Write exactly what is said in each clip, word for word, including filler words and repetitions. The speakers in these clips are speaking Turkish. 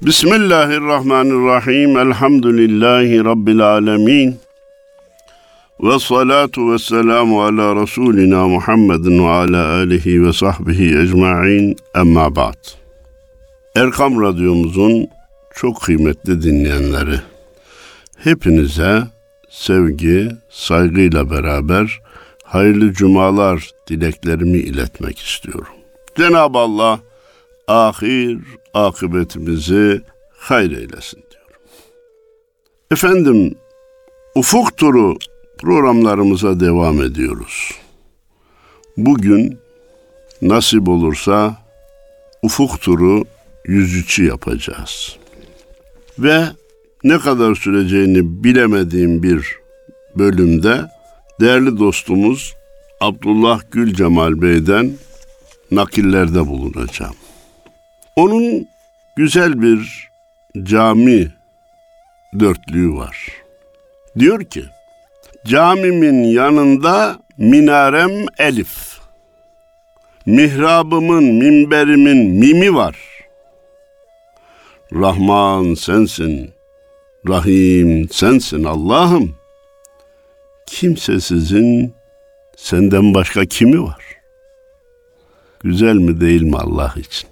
Bismillahirrahmanirrahim. Elhamdülillahi Rabbil alemin. Ve salatu ve selamu ala Resulina Muhammedin ve ala alihi ve sahbihi ecma'in. Emma ba'd. Erkam Radyomuzun çok kıymetli dinleyenleri, hepinize sevgi, saygıyla beraber hayırlı cumalar dileklerimi iletmek istiyorum. Cenab-ı Allah ahir akıbetimizi hayır eylesin diyorum. Efendim, Ufuk Turu programlarımıza devam ediyoruz. Bugün nasip olursa Ufuk Turu yüz üçü yapacağız. Ve ne kadar süreceğini bilemediğim bir bölümde değerli dostumuz Abdullah Gülcemal Bey'den nakillerde bulunacağım. Onun güzel bir cami dörtlüğü var. Diyor ki, camimin yanında minarem elif, mihrabımın, minberimin mimi var. Rahman sensin, Rahim sensin Allah'ım. Kimsesizin senden başka kimi var? Güzel mi değil mi Allah için?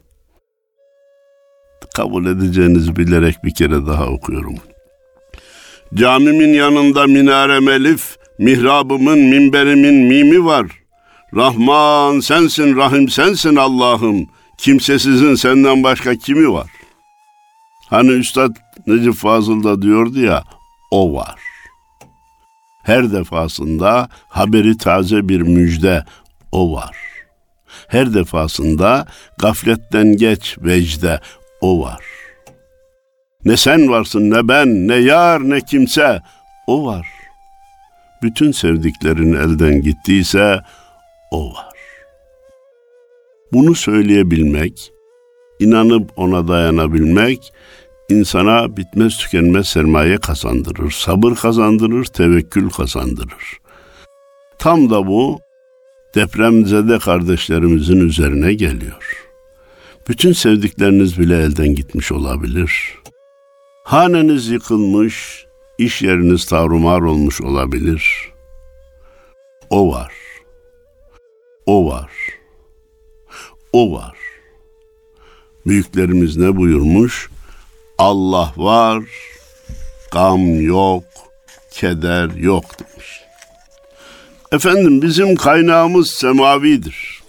Kabul edeceğinizi bilerek bir kere daha okuyorum. Camimin yanında minarem elif, mihrabımın, minberimin mimi var. Rahman sensin, Rahim sensin Allah'ım. Kimsesizin senden başka kimi var? Hani Üstad Necip Fazıl da diyordu ya, o var. Her defasında haberi taze bir müjde, o var. Her defasında gafletten geç vecde, o var. Ne sen varsın, ne ben, ne yar, ne kimse, o var. Bütün sevdiklerin elden gittiyse, o var. Bunu söyleyebilmek, inanıp ona dayanabilmek, insana bitmez tükenmez sermaye kazandırır, sabır kazandırır, tevekkül kazandırır. Tam da bu depremzede kardeşlerimizin üzerine geliyor. Bütün sevdikleriniz bile elden gitmiş olabilir. Haneniz yıkılmış, iş yeriniz tarumar olmuş olabilir. O var. O var. O var. Büyüklerimiz ne buyurmuş? Allah var, gam yok, keder yok demiş. Efendim, bizim kaynağımız semavidir.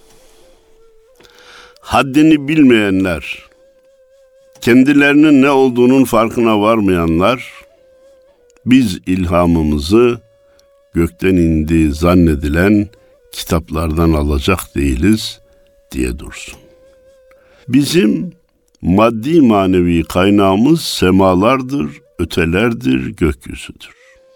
Haddini bilmeyenler, kendilerinin ne olduğunun farkına varmayanlar, biz ilhamımızı gökten indiği zannedilen kitaplardan alacak değiliz diye dursun. Bizim maddi manevi kaynağımız semalardır, ötelerdir, gökyüzüdür.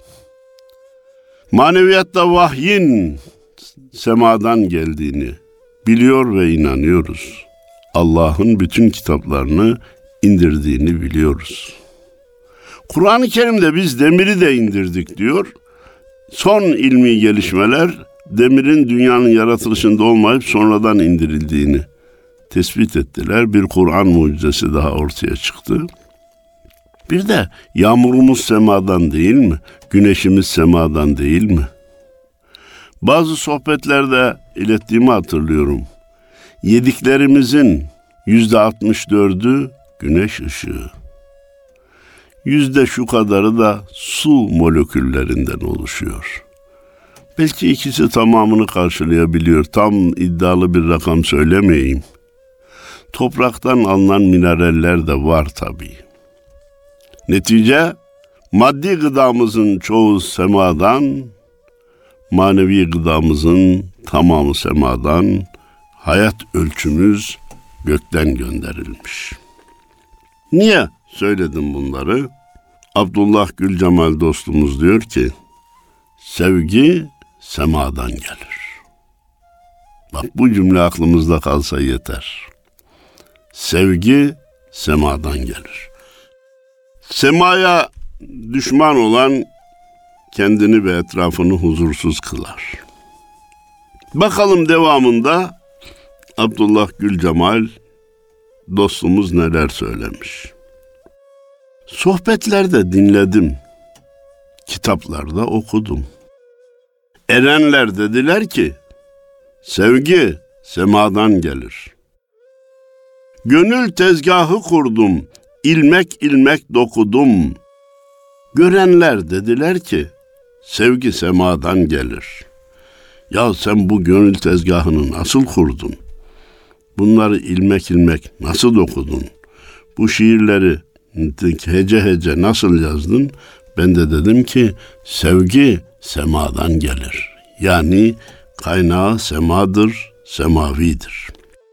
Maneviyatta vahyin semadan geldiğini biliyor ve inanıyoruz. Allah'ın bütün kitaplarını indirdiğini biliyoruz. Kur'an-ı Kerim'de biz demiri de indirdik diyor. Son ilmi gelişmeler demirin dünyanın yaratılışında olmayıp sonradan indirildiğini tespit ettiler. Bir Kur'an mucizesi daha ortaya çıktı. Bir de yağmurumuz semadan değil mi? Güneşimiz semadan değil mi? Bazı sohbetlerde ilettiğimi hatırlıyorum. Yediklerimizin yüzde altmış dördü güneş ışığı. Yüzde şu kadarı da su moleküllerinden oluşuyor. Belki ikisi tamamını karşılayabiliyor. Tam iddialı bir rakam söylemeyeyim. Topraktan alınan mineraller de var tabii. Netice, maddi gıdamızın çoğu semadan, manevi gıdamızın tamamı semadan, hayat ölçümüz gökten gönderilmiş. Niye söyledim bunları? Abdullah Gülcemal dostumuz diyor ki, sevgi semadan gelir. Bak, bu cümle aklımızda kalsa yeter. Sevgi semadan gelir. Semaya düşman olan kendini ve etrafını huzursuz kılar. Bakalım devamında Abdullah Gülcemal dostumuz neler söylemiş. Sohbetlerde dinledim, kitaplarda okudum. Erenler dediler ki, sevgi semadan gelir. Gönül tezgahı kurdum, ilmek ilmek dokudum. Görenler dediler ki, sevgi semadan gelir. Ya sen bu gönül tezgahını nasıl kurdun? Bunları ilmek ilmek nasıl dokudun? Bu şiirleri hece hece nasıl yazdın? Ben de dedim ki, sevgi semadan gelir. Yani kaynağı semadır, semavidir.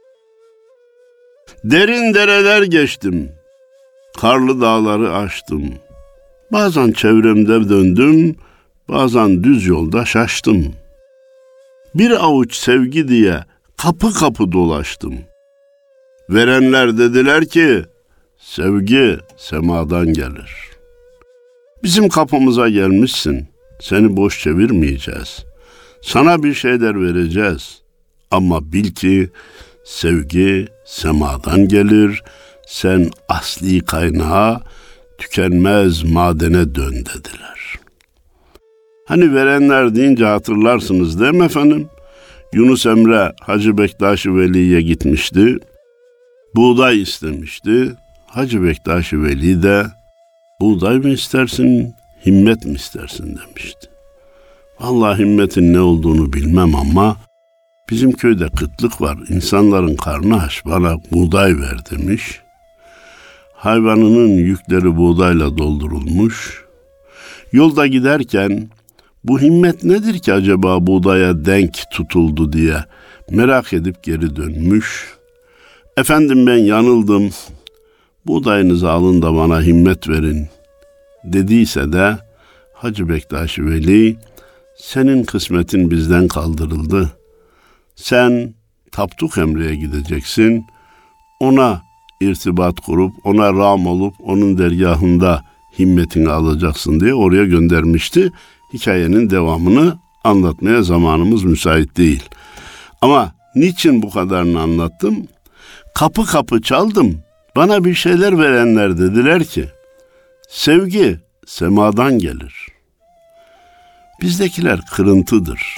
Derin dereler geçtim, karlı dağları aştım. Bazen çevremde döndüm, bazen düz yolda şaştım. Bir avuç sevgi diye kapı kapı dolaştım. Verenler dediler ki, sevgi semadan gelir. Bizim kapımıza gelmişsin, seni boş çevirmeyeceğiz. Sana bir şeyler vereceğiz. Ama bil ki sevgi semadan gelir. Sen asli kaynağa, tükenmez madene dön dediler. Hani verenler deyince hatırlarsınız değil mi efendim? Yunus Emre Hacı Bektaş-ı Veli'ye gitmişti. Buğday istemişti. Hacı Bektaş-ı Veli de buğday mı istersin, himmet mi istersin demişti. Vallahi himmetin ne olduğunu bilmem ama bizim köyde kıtlık var. İnsanların karnı aç, bana buğday ver demiş. Hayvanının yükleri buğdayla doldurulmuş. Yolda giderken bu himmet nedir ki acaba buğdaya denk tutuldu diye merak edip geri dönmüş. Efendim ben yanıldım, buğdayınızı alın da bana himmet verin dediyse de Hacı Bektaş-ı Veli, senin kısmetin bizden kaldırıldı. Sen Tapduk Emre'ye gideceksin, ona irtibat kurup, ona rağm olup, onun dergahında himmetini alacaksın diye oraya göndermişti. Hikayenin devamını anlatmaya zamanımız müsait değil. Ama niçin bu kadarını anlattım? Kapı kapı çaldım, bana bir şeyler verenler dediler ki, sevgi semadan gelir. Bizdekiler kırıntıdır.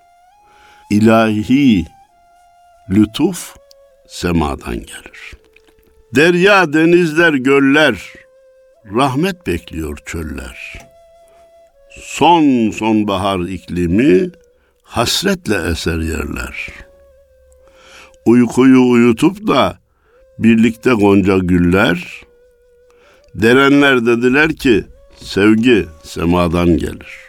İlahi lütuf semadan gelir. Derya, denizler, göller, rahmet bekliyor çöller. Son sonbahar iklimi hasretle eser yerler. Uykuyu uyutup da birlikte gonca güller, derenler dediler ki sevgi semadan gelir.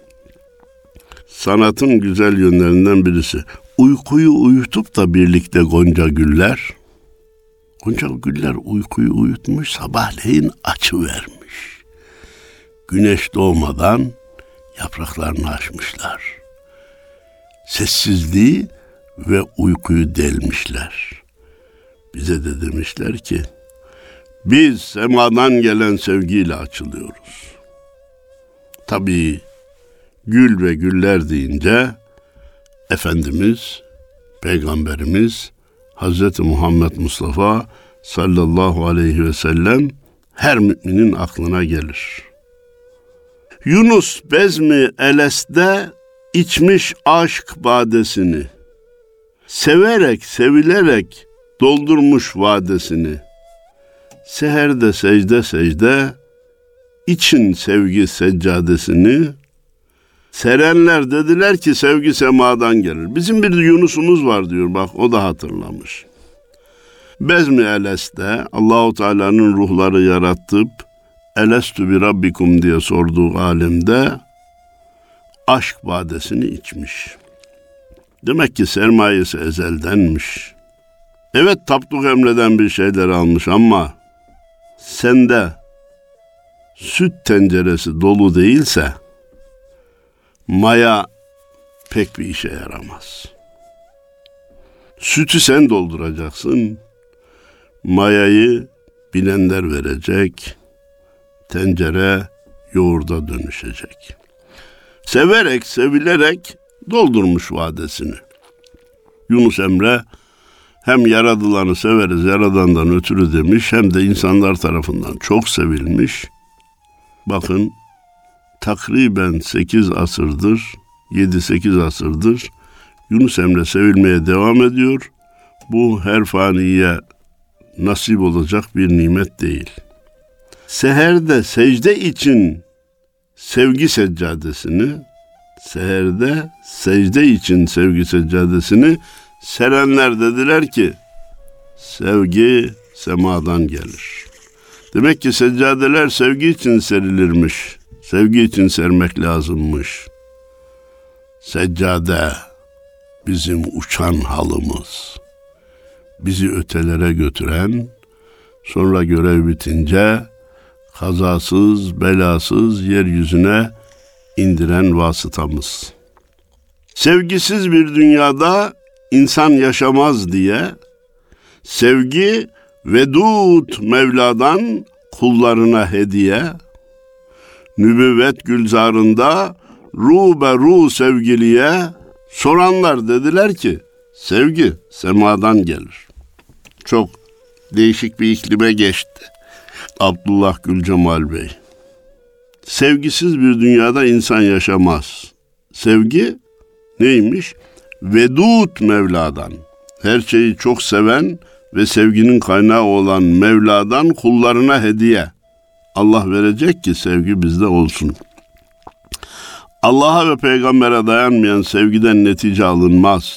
Sanatın güzel yönlerinden birisi. Uykuyu uyutup da birlikte gonca güller. Gonca güller uykuyu uyutmuş, sabahleyin açıvermiş. Güneş doğmadan yapraklarını açmışlar. Sessizliği ve uykuyu delmişler. Bize de demişler ki, biz semadan gelen sevgiyle açılıyoruz. Tabii gül ve güller deyince Efendimiz, Peygamberimiz Hazreti Muhammed Mustafa sallallahu aleyhi ve sellem her müminin aklına gelir. Yunus bezmi eleste içmiş aşk badesini, severek sevilerek doldurmuş vadesini. Seherde secde secde için sevgi seccadesini. Serenler dediler ki sevgi semadan gelir. Bizim bir Yunus'umuz var diyor, bak o da hatırlamış. Bezmi eleste, Allahu Teala'nın ruhları yaratıp elestü bi rabbikum diye sorduğu alemde aşk badesini içmiş. Demek ki sermayesi ezeldenmiş. Evet, Tapduk Emre'den bir şeyler almış ama sende süt tenceresi dolu değilse maya pek bir işe yaramaz. Sütü sen dolduracaksın, mayayı bilenler verecek, tencere yoğurda dönüşecek. Severek, sevilerek doldurmuş vadesini. Yunus Emre hem yaradılanı severiz yaradandan ötürü demiş, hem de insanlar tarafından çok sevilmiş. Bakın takriben sekiz asırdır, yedi sekiz asırdır Yunus Emre sevilmeye devam ediyor. Bu her faniye nasip olacak bir nimet değil. Seherde secde için sevgi seccadesini, seherde secde için sevgi seccadesini serenler dediler ki, sevgi semadan gelir. Demek ki seccadeler sevgi için serilirmiş, sevgi için sermek lazımmış. Seccade bizim uçan halımız, bizi ötelere götüren, sonra görev bitince kazasız belasız yeryüzüne indiren vasıtamız. Sevgisiz bir dünyada insan yaşamaz diye sevgi vedud Mevla'dan kullarına hediye, nübüvvet gülzarında ru be ru sevgiliye soranlar dediler ki sevgi semadan gelir. Çok değişik bir iklime geçti Abdullah Gülcemal Bey. Sevgisiz bir dünyada insan yaşamaz. Sevgi neymiş? Vedud Mevla'dan. Her şeyi çok seven ve sevginin kaynağı olan Mevla'dan kullarına hediye. Allah verecek ki sevgi bizde olsun. Allah'a ve peygambere dayanmayan sevgiden netice alınmaz.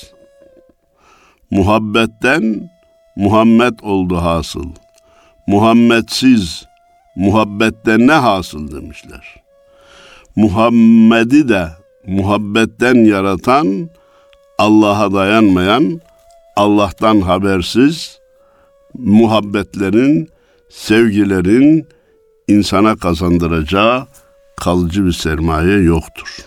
Muhabbetten Muhammed oldu hasıl. Muhammedsiz muhabbetten ne hasıl demişler. Muhammed'i de muhabbetten yaratan, Allah'a dayanmayan, Allah'tan habersiz muhabbetlerin, sevgilerin insana kazandıracağı kalıcı bir sermaye yoktur.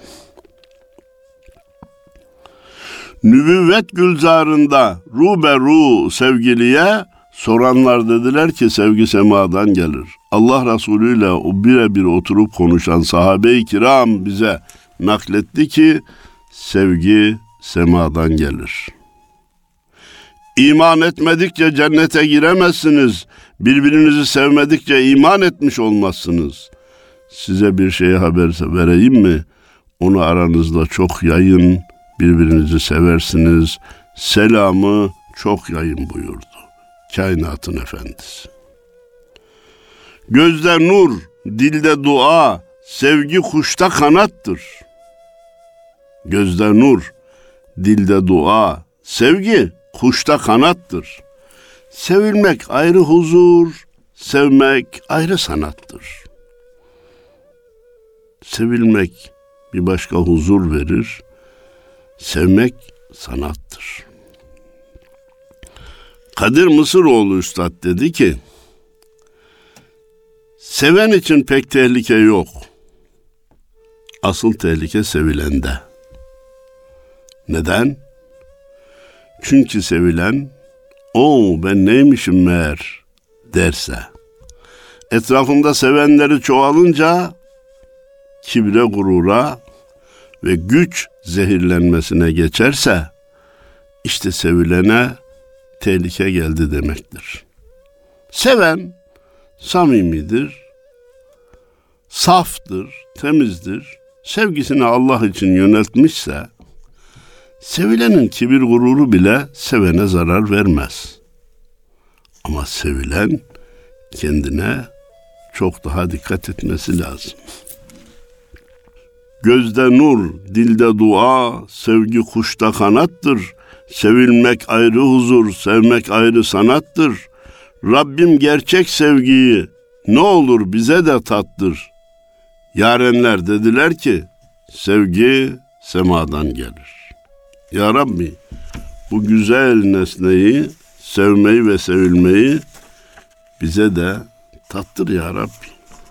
Nübüvvet gülzarında ru be ru sevgiliye soranlar dediler ki sevgi semadan gelir. Allah Resulü ile o birebir oturup konuşan sahabe-i kiram bize nakletti ki sevgi semadan gelir. İman etmedikçe cennete giremezsiniz. Birbirinizi sevmedikçe iman etmiş olmazsınız. Size bir şeye haber vereyim mi? Onu aranızda çok yayın, birbirinizi seversiniz. Selamı çok yayın buyurdu kainatın efendisi. Gözde nur, dilde dua, sevgi kuşta kanattır. Gözde nur, dilde dua, sevgi kuşta kanattır. Sevilmek ayrı huzur, sevmek ayrı sanattır. Sevilmek bir başka huzur verir, sevmek sanattır. Kadir Mısıroğlu Üstad dedi ki, seven için pek tehlike yok. Asıl tehlike sevilende. Neden? Çünkü sevilen, o ben neymişim meğer derse, etrafında sevenleri çoğalınca kibre, gurura ve güç zehirlenmesine geçerse, işte sevilene tehlike geldi demektir. Seven samimidir, saftır, temizdir, sevgisini Allah için yöneltmişse, sevilenin kibir gururu bile sevene zarar vermez. Ama sevilen kendine çok daha dikkat etmesi lazım. Gözde nur, dilde dua, sevgi kuşta kanattır. Sevilmek ayrı huzur, sevmek ayrı sanattır. Rabbim gerçek sevgiyi ne olur bize de tattır. Yarenler dediler ki, sevgi semadan gelir. Ya Rabbi, bu güzel nesneyi, sevmeyi ve sevilmeyi bize de tattır ya Rabbi.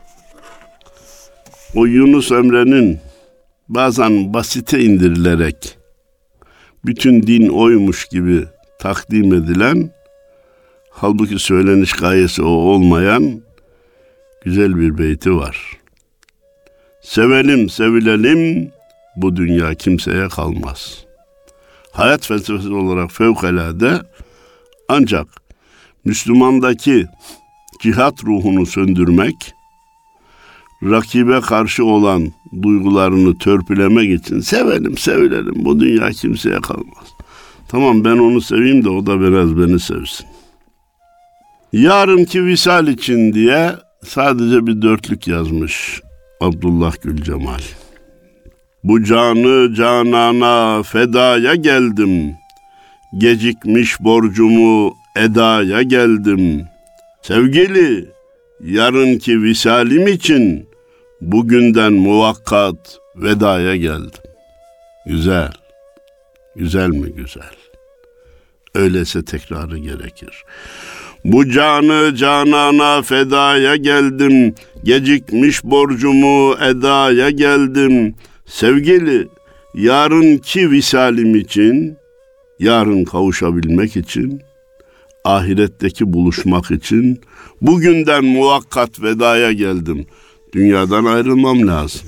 O Yunus Emre'nin bazen basite indirilerek bütün din oymuş gibi takdim edilen, halbuki söyleniş gayesi o olmayan güzel bir beyti var. Sevelim, sevilelim, bu dünya kimseye kalmaz. Hayat felsefesi olarak fevkalade Ancak Müslümandaki cihat ruhunu söndürmek, rakibe karşı olan duygularını törpülemek için sevelim, sevilelim, bu dünya kimseye kalmaz. Tamam, ben onu seveyim de o da biraz beni sevsin. Yarınki visal için diye sadece bir dörtlük yazmış Abdullah Gül Cemal. Bu canı canana fedaya geldim, gecikmiş borcumu edaya geldim. Sevgili, yarınki visalim için bugünden muvakkat vedaya geldim. Güzel, güzel mi güzel? Öyleyse tekrarı gerekir. Bu canı canana fedaya geldim, gecikmiş borcumu edaya geldim. Sevgili, yarınki visalim için, yarın kavuşabilmek için, ahiretteki buluşmak için bugünden muvakkat vedaya geldim. Dünyadan ayrılmam lazım.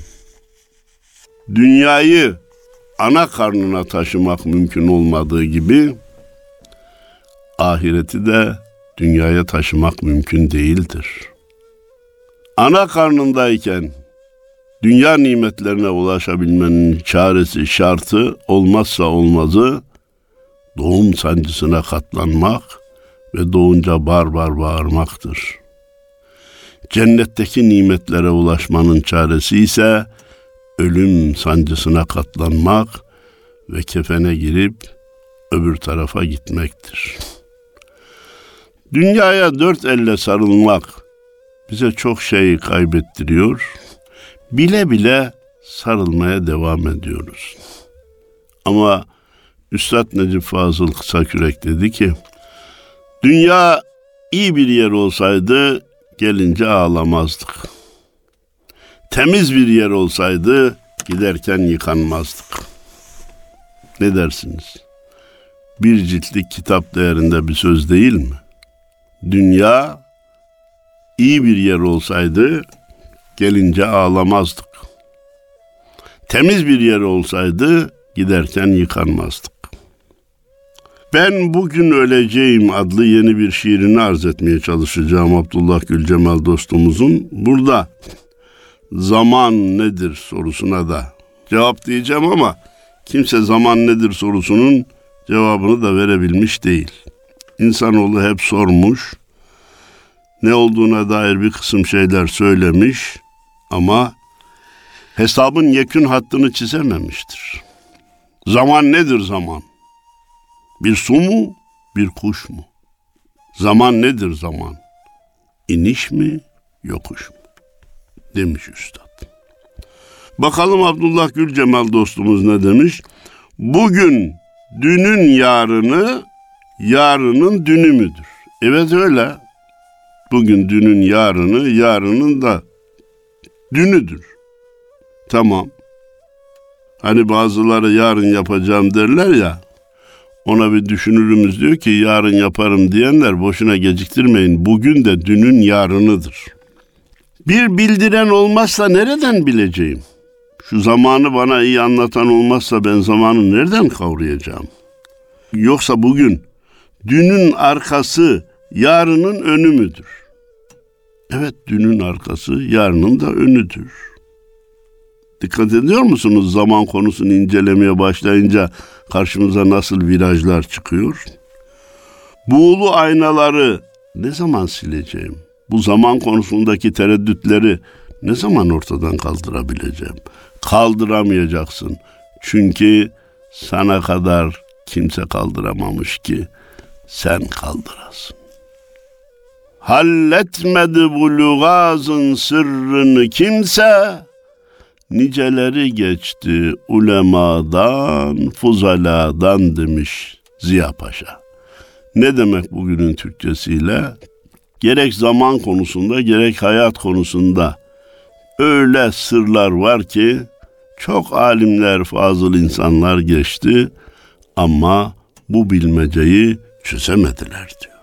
Dünyayı ana karnına taşımak mümkün olmadığı gibi ahireti de dünyaya taşımak mümkün değildir. Ana karnındayken dünya nimetlerine ulaşabilmenin çaresi, şartı, olmazsa olmazı doğum sancısına katlanmak ve doğunca bar bar bağırmaktır. Cennetteki nimetlere ulaşmanın çaresi ise ölüm sancısına katlanmak ve kefene girip öbür tarafa gitmektir. Dünyaya dört elle sarılmak bize çok şey kaybettiriyor. Bile bile sarılmaya devam ediyoruz. Ama Üstad Necip Fazıl Kısakürek dedi ki, dünya iyi bir yer olsaydı gelince ağlamazdık. Temiz bir yer olsaydı giderken yıkanmazdık. Ne dersiniz? Bir ciltlik kitap değerinde bir söz değil mi? Dünya iyi bir yer olsaydı gelince ağlamazdık. Temiz bir yer olsaydı giderken yıkanmazdık. Ben Bugün Öleceğim adlı yeni bir şiirini arz etmeye çalışacağım Abdullah Gül Cemal dostumuzun. Burada zaman nedir sorusuna da cevap diyeceğim ama kimse zaman nedir sorusunun cevabını da verebilmiş değil. İnsanoğlu hep sormuş, ne olduğuna dair bir kısım şeyler söylemiş ama hesabın yekün hattını çizememiştir. Zaman nedir zaman? Bir su mu, bir kuş mu? Zaman nedir zaman? İniş mi, yokuş mu? Demiş üstad. Bakalım Abdullah Gül Cemal dostumuz ne demiş? Bugün dünün yarını, yarının dünü müdür? Evet öyle. Bugün dünün yarını, yarının da dünüdür. Tamam. Hani bazıları yarın yapacağım derler ya, ona bir düşünürümüz diyor ki yarın yaparım diyenler boşuna geciktirmeyin. Bugün de dünün yarınıdır. Bir bildiren olmazsa nereden bileceğim? Şu zamanı bana iyi anlatan olmazsa ben zamanı nereden kavrayacağım? Yoksa bugün dünün arkası yarının önü müdür? Evet, dünün arkası yarının da önüdür. Dikkat ediyor musunuz zaman konusunu incelemeye başlayınca karşımıza nasıl virajlar çıkıyor? Buğulu aynaları ne zaman sileceğim? Bu zaman konusundaki tereddütleri ne zaman ortadan kaldırabileceğim? Kaldıramayacaksın. Çünkü sana kadar kimse kaldıramamış ki sen kaldırasın. Halletmedi bu lugazın sırrını kimse, niceleri geçti ulemadan, fuzaladan demiş Ziya Paşa. Ne demek bugünün Türkçesiyle? Gerek zaman konusunda gerek hayat konusunda öyle sırlar var ki çok alimler, fazıl insanlar geçti ama bu bilmeceyi çözemediler diyor.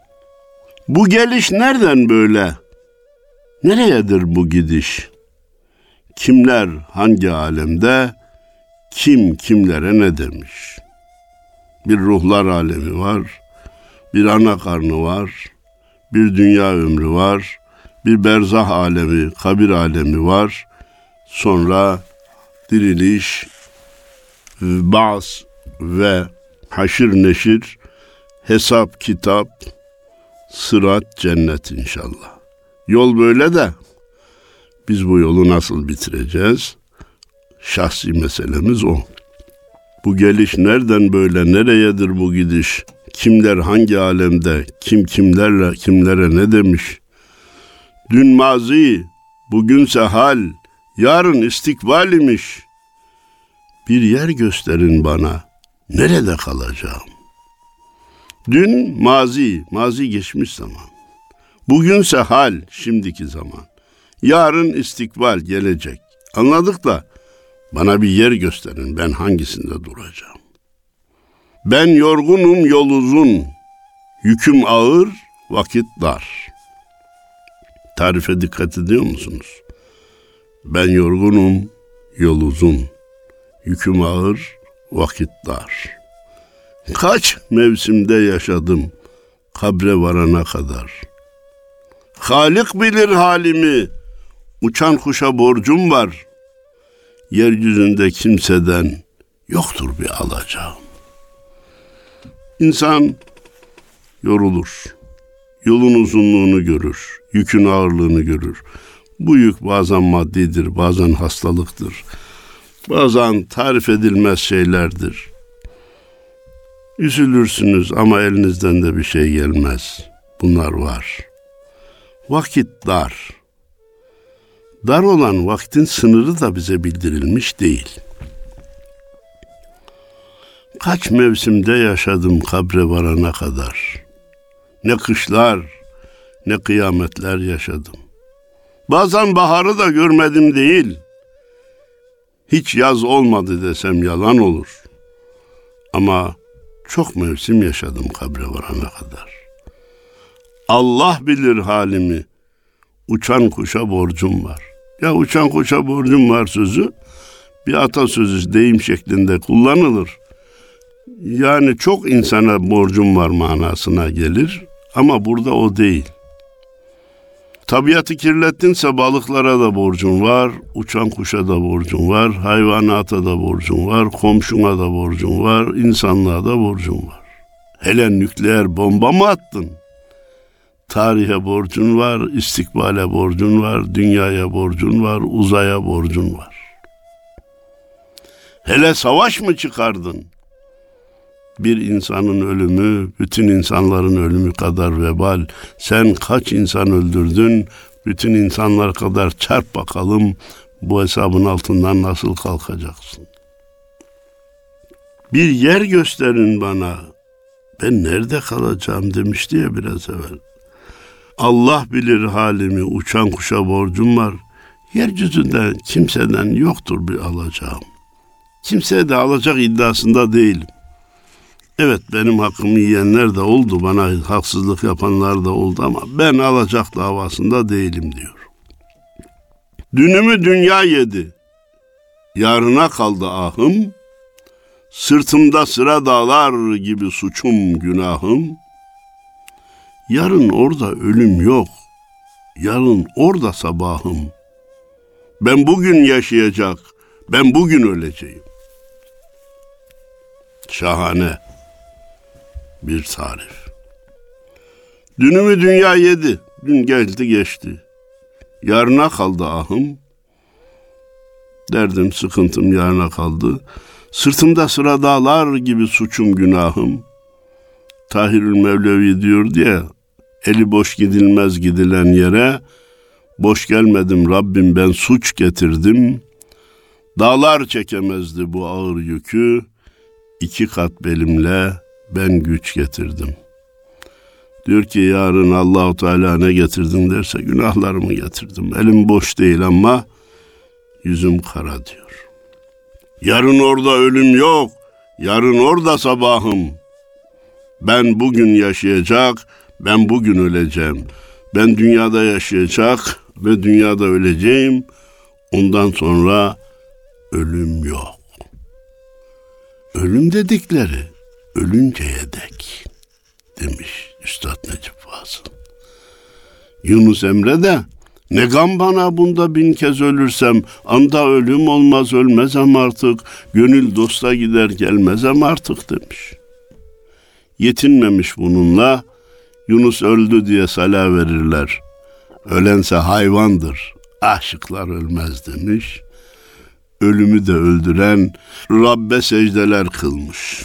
Bu geliş nereden böyle? Nereyedir bu gidiş? Kimler hangi alemde, kim kimlere ne demiş? Bir ruhlar alemi var, Bir ana karnı var, bir dünya ömrü var, bir berzah alemi, kabir alemi var. Sonra diriliş, ba's ve haşir neşir, hesap, kitap, sırat, cennet inşallah. Yol böyle de biz bu yolu nasıl bitireceğiz? Şahsi meselemiz o. Bu geliş nereden böyle, nereyedir bu gidiş? Kimler hangi alemde, kim kimlerle, kimlere ne demiş? Dün mazi, bugünse hal, yarın istikbal imiş. Bir yer gösterin bana, nerede kalacağım? Dün mazi, mazi geçmiş zaman. Bugünse hal, şimdiki zaman. Yarın istikbal, gelecek. Anladık da bana bir yer gösterin, ben hangisinde duracağım? Ben yorgunum, yol uzun, yüküm ağır, vakit dar. Tarife dikkat ediyor musunuz? Ben yorgunum, yol uzun, yüküm ağır, vakit dar. Kaç mevsimde yaşadım, kabre varana kadar. Halik bilir halimi, uçan kuşa borcum var. Yeryüzünde kimseden yoktur bir alacağım. İnsan yorulur, yolun uzunluğunu görür, yükün ağırlığını görür. Bu yük bazen maddidir, bazen hastalıktır, bazen tarif edilmez şeylerdir. Üzülürsünüz ama elinizden de bir şey gelmez. Bunlar var. Vakit dar. Dar olan vaktin sınırı da bize bildirilmiş değil. Kaç mevsimde yaşadım kabre varana kadar. Ne kışlar, ne kıyametler yaşadım. Bazen baharı da görmedim değil. Hiç yaz olmadı desem yalan olur. Ama çok mevsim yaşadım kabre varana kadar. Allah bilir halimi, uçan kuşa borcum var. Ya uçan kuşa borcum var sözü bir atasözü, deyim şeklinde kullanılır. Yani çok insana borcum var manasına gelir ama burada o değil. Tabiatı kirlettinse balıklara da borcun var, uçan kuşa da borcun var, hayvanata da borcun var, komşuna da borcun var, insanlığa da borcun var. Hele nükleer bomba mı attın? Tarihe borcun var, istikbale borcun var, dünyaya borcun var, uzaya borcun var. Hele savaş mı çıkardın? Bir insanın ölümü, bütün insanların ölümü kadar vebal. Sen kaç insan öldürdün? Bütün insanlar kadar çarp bakalım, bu hesabın altından nasıl kalkacaksın? Bir yer gösterin bana, ben nerede kalacağım demişti ya biraz evvel. Allah bilir halimi, uçan kuşa borcum var. Yeryüzünde kimseden yoktur bir alacağım. Kimseye de alacak iddiasında değilim. Evet, benim hakkımı yiyenler de oldu, bana haksızlık yapanlar da oldu ama ben alacak davasında değilim diyor. Dünümü dünya yedi, yarına kaldı ahım, sırtımda sıra dağlar gibi suçum günahım. Yarın orada ölüm yok, yarın orada sabahım. Ben bugün yaşayacak, ben bugün öleceğim. Şahane bir tarif. Dünümü dünya yedi, dün geldi geçti. Yarına kaldı ahım, derdim sıkıntım yarına kaldı. Sırtımda sıra dağlar gibi suçum günahım. Tahirül Mevlevi diyor diye, eli boş gidilmez gidilen yere, boş gelmedim Rabbim ben suç getirdim. Dağlar çekemezdi bu ağır yükü, iki kat belimle ben güç getirdim. Diyor ki yarın Allah-u Teala ne getirdin derse günahlarımı getirdim. Elim boş değil ama yüzüm kara diyor. Yarın orada ölüm yok, yarın orada sabahım. Ben bugün yaşayacak, ben bugün öleceğim. Ben dünyada yaşayacak ve dünyada öleceğim. Ondan sonra ölüm yok. Ölüm dedikleri ölünceye dek demiş Üstad Necip Fazıl. Yunus Emre de ne gam bana bunda bin kez ölürsem, anda ölüm olmaz ölmezem artık, gönül dosta gider gelmezem artık demiş. Yetinmemiş bununla, Yunus öldü diye sala verirler. Ölense hayvandır, aşıklar ölmez demiş. Ölümü de öldüren Rabbe secdeler kılmış.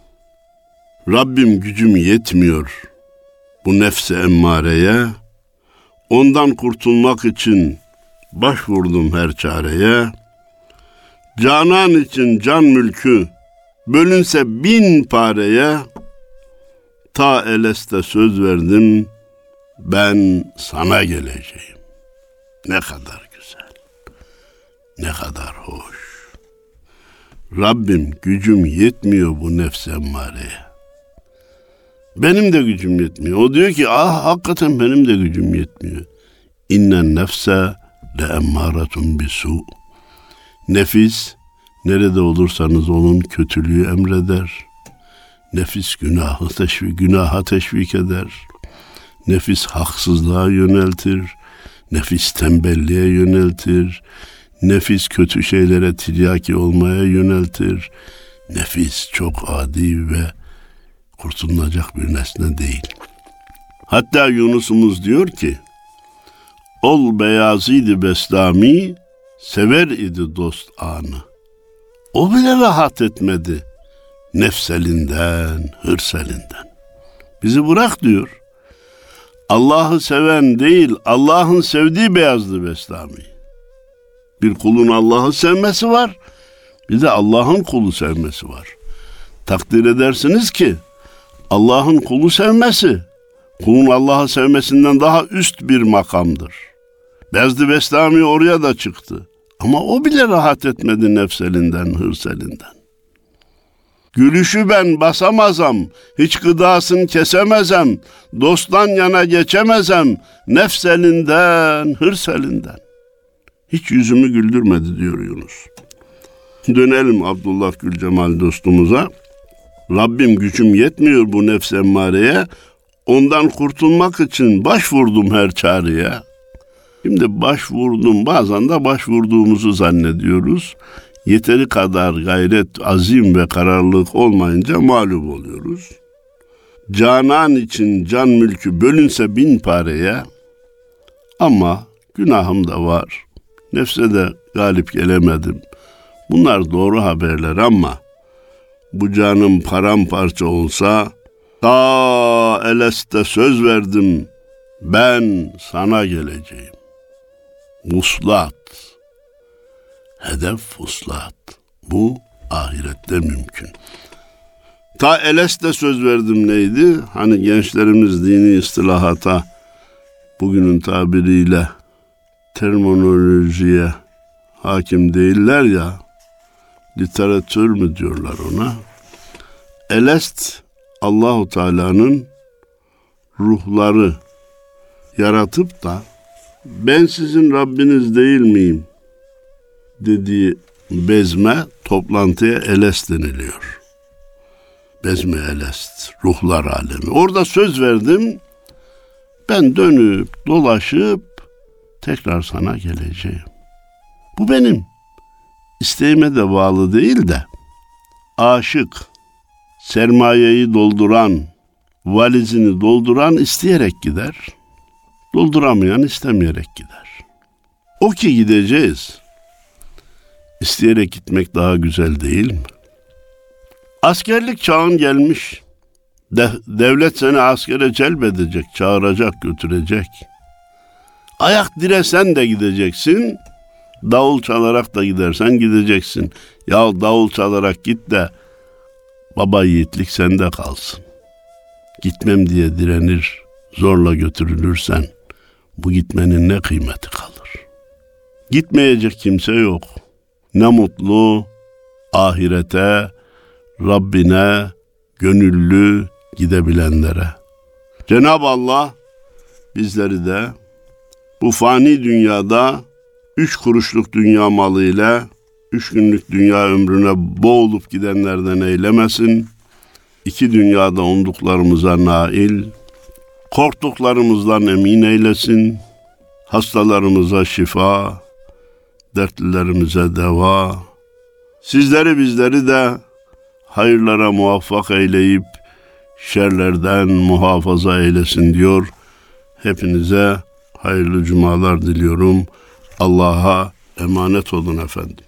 Rabbim gücüm yetmiyor bu nefse emmareye, ondan kurtulmak için başvurdum her çareye. Canan için can mülkü bölünse bin pareye, ta eleste söz verdim ben sana geleceğim. Ne kadar güzel, ne kadar hoş. Rabbim gücüm yetmiyor bu nefs emmareye. Benim de gücüm yetmiyor. O diyor ki ah hakikaten benim de gücüm yetmiyor. İnnen nefse le emmâretun bisu. Nefis nerede olursanız olun kötülüğü emreder. Nefis günahı teşvik, günaha teşvik eder. Nefis haksızlığa yöneltir. Nefis tembelliğe yöneltir. Nefis kötü şeylere tiryaki olmaya yöneltir. Nefis çok adi ve kurtulunacak bir nesne değil. Hatta Yunus'umuz diyor ki, ol beyazıydı beslami, sever idi dost anı. O bile rahat etmedi nefselinden, hırselinden. Bizi bırak diyor. Allah'ı seven değil, Allah'ın sevdiği beyazdı beslami. Bir kulun Allah'ı sevmesi var, bir de Allah'ın kulu sevmesi var. Takdir edersiniz ki Allah'ın kulu sevmesi, kulun Allah'ı sevmesinden daha üst bir makamdır. Bezdi Bestami oraya da çıktı. Ama o bile rahat etmedi nefselinden, hırselinden. Gülüşü ben basamazam, hiç gıdasını kesemezem, dosttan yana geçemezem, nefselinden, hırselinden. Hiç yüzümü güldürmedi diyor Yunus. Dönelim Abdullah Gülcemal dostumuza. Rabbim gücüm yetmiyor bu nefs emmareye, ondan kurtulmak için başvurdum her çareye. Şimdi başvurdum, bazen de başvurduğumuzu zannediyoruz. Yeteri kadar gayret, azim ve kararlılık olmayınca mağlup oluyoruz. Canan için can mülkü bölünse bin pareye, ama günahım da var. Nefse de galip gelemedim. Bunlar doğru haberler ama bu canım paramparça olsa, ta eleste söz verdim ben sana geleceğim. Vuslat, hedef vuslat. Bu ahirette mümkün. Ta eleste söz verdim neydi? Hani gençlerimiz dini istilahata, bugünün tabiriyle terminolojiye hakim değiller ya, literatür mü diyorlar ona? Elest, Allahu Teala'nın ruhları yaratıp da ben sizin Rabbiniz değil miyim dediği bezme, toplantıya elest deniliyor. Bezme elest, ruhlar alemi. Orada söz verdim, ben dönüp dolaşıp tekrar sana geleceğim. Bu benim isteğime de bağlı değil de, aşık, sermayeyi dolduran, valizini dolduran isteyerek gider, dolduramayan istemeyerek gider. O ki gideceğiz. İsteyerek gitmek daha güzel değil mi? Askerlik çağın gelmiş. De- devlet seni askere celbedecek, çağıracak, götürecek. Ayak diresen de gideceksin, davul çalarak da gidersen gideceksin. Ya davul çalarak git de baba yiğitlik sende kalsın. Gitmem diye direnir, zorla götürülürsen bu gitmenin ne kıymeti kalır? Gitmeyecek kimse yok. Ne mutlu ahirete, Rabbine gönüllü gidebilenlere. Cenab-ı Allah bizleri de bu fani dünyada üç kuruşluk dünya malıyla üç günlük dünya ömrüne boğulup gidenlerden eylemesin. iki dünyada umduklarımıza nail, korktuklarımızdan emin eylesin, hastalarımıza şifa, dertlilerimize deva, sizleri bizleri de hayırlara muvaffak eyleyip şerlerden muhafaza eylesin diyor. Hepinize hayırlı cumalar diliyorum. Allah'a emanet olun efendim.